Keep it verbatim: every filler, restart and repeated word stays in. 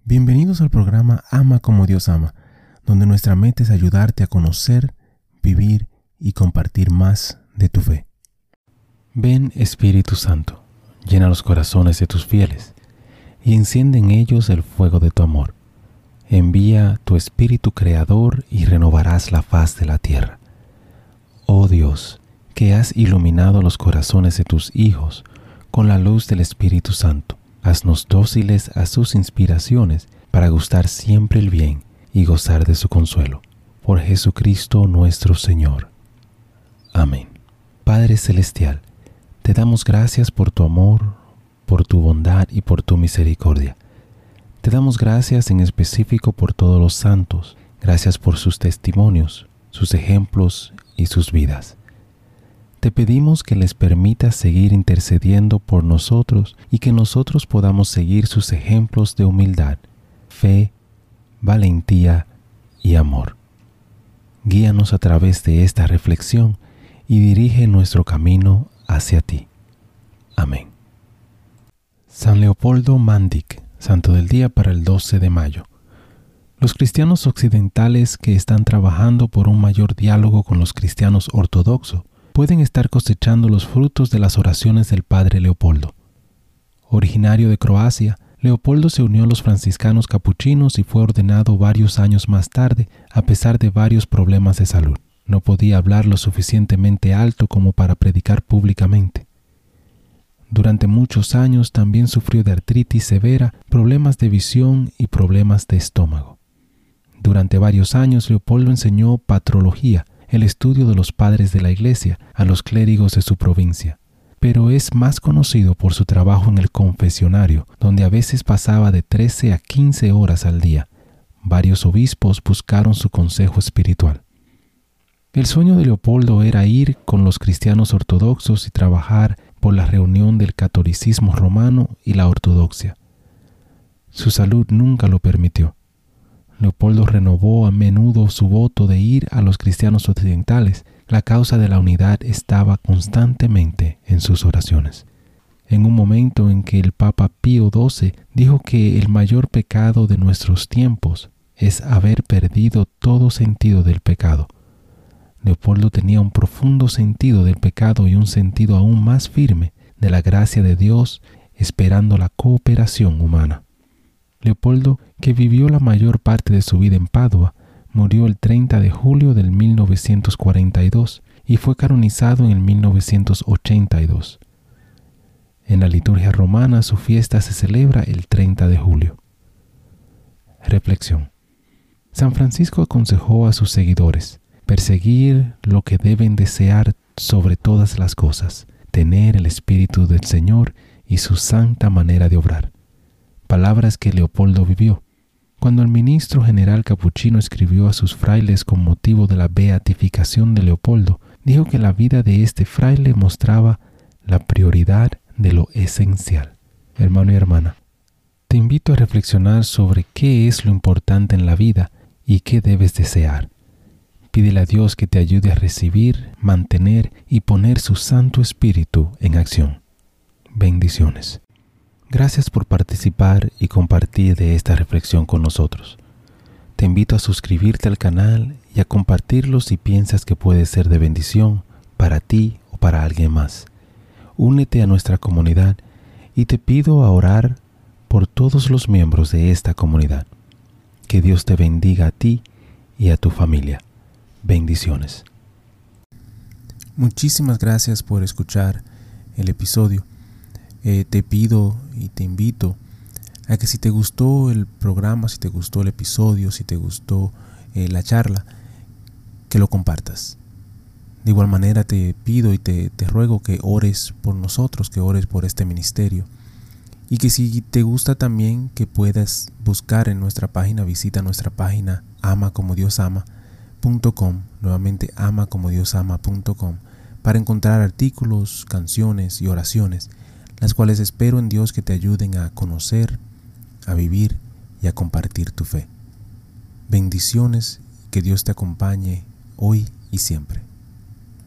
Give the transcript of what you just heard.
Bienvenidos al programa Ama como Dios ama, donde nuestra meta es ayudarte a conocer, vivir y compartir más de tu fe. Ven, Espíritu Santo, llena los corazones de tus fieles y enciende en ellos el fuego de tu amor. Envía tu Espíritu Creador y renovarás la faz de la tierra. Oh Dios, que has iluminado los corazones de tus hijos con la luz del Espíritu Santo, haznos dóciles a sus inspiraciones para gustar siempre el bien y gozar de su consuelo. Por Jesucristo nuestro Señor. Amén. Padre Celestial, te damos gracias por tu amor, por tu bondad y por tu misericordia. Te damos gracias en específico por todos los santos. Gracias por sus testimonios, sus ejemplos y sus vidas. Te pedimos que les permitas seguir intercediendo por nosotros y que nosotros podamos seguir sus ejemplos de humildad, fe, valentía y amor. Guíanos a través de esta reflexión y dirige nuestro camino hacia ti. Amén. San Leopoldo Mandic, Santo del Día para el doce de mayo. Los cristianos occidentales que están trabajando por un mayor diálogo con los cristianos ortodoxos pueden estar cosechando los frutos de las oraciones del Padre Leopoldo. Originario de Croacia, Leopoldo se unió a los franciscanos capuchinos y fue ordenado varios años más tarde, a pesar de varios problemas de salud. No podía hablar lo suficientemente alto como para predicar públicamente. Durante muchos años también sufrió de artritis severa, problemas de visión y problemas de estómago. Durante varios años Leopoldo enseñó patrología, el estudio de los padres de la Iglesia, a los clérigos de su provincia. Pero es más conocido por su trabajo en el confesionario, donde a veces pasaba de trece a quince horas al día. Varios obispos buscaron su consejo espiritual. El sueño de Leopoldo era ir con los cristianos ortodoxos y trabajar por la reunión del catolicismo romano y la ortodoxia. Su salud nunca lo permitió. Leopoldo renovó a menudo su voto de ir a los cristianos occidentales. La causa de la unidad estaba constantemente en sus oraciones. En un momento en que el Papa Pío doce dijo que el mayor pecado de nuestros tiempos es haber perdido todo sentido del pecado, Leopoldo tenía un profundo sentido del pecado y un sentido aún más firme de la gracia de Dios, esperando la cooperación humana. Leopoldo, que vivió la mayor parte de su vida en Padua, murió el treinta de julio del mil novecientos cuarenta y dos y fue canonizado en el mil novecientos ochenta y dos. En la liturgia romana su fiesta se celebra el treinta de julio. Reflexión. San Francisco aconsejó a sus seguidores perseguir lo que deben desear sobre todas las cosas, tener el Espíritu del Señor y su santa manera de obrar. Palabras que Leopoldo vivió. Cuando el ministro general capuchino escribió a sus frailes con motivo de la beatificación de Leopoldo, dijo que la vida de este fraile mostraba la prioridad de lo esencial. Hermano y hermana, te invito a reflexionar sobre qué es lo importante en la vida y qué debes desear. Pídele a Dios que te ayude a recibir, mantener y poner su Santo Espíritu en acción. Bendiciones. Gracias por participar y compartir de esta reflexión con nosotros. Te invito a suscribirte al canal y a compartirlo si piensas que puede ser de bendición para ti o para alguien más. Únete a nuestra comunidad y te pido a orar por todos los miembros de esta comunidad. Que Dios te bendiga a ti y a tu familia. Bendiciones. Muchísimas gracias por escuchar el episodio. Eh, te pido y te invito a que si te gustó el programa, si te gustó el episodio, si te gustó eh, la charla, que lo compartas. De igual manera te pido y te, te ruego que ores por nosotros, que ores por este ministerio. Y que si te gusta también que puedas buscar en nuestra página, visita nuestra página ama como dios ama punto com, nuevamente ama como dios ama punto com, para encontrar artículos, canciones y oraciones, las cuales espero en Dios que te ayuden a conocer, a vivir y a compartir tu fe. Bendiciones, que Dios te acompañe hoy y siempre.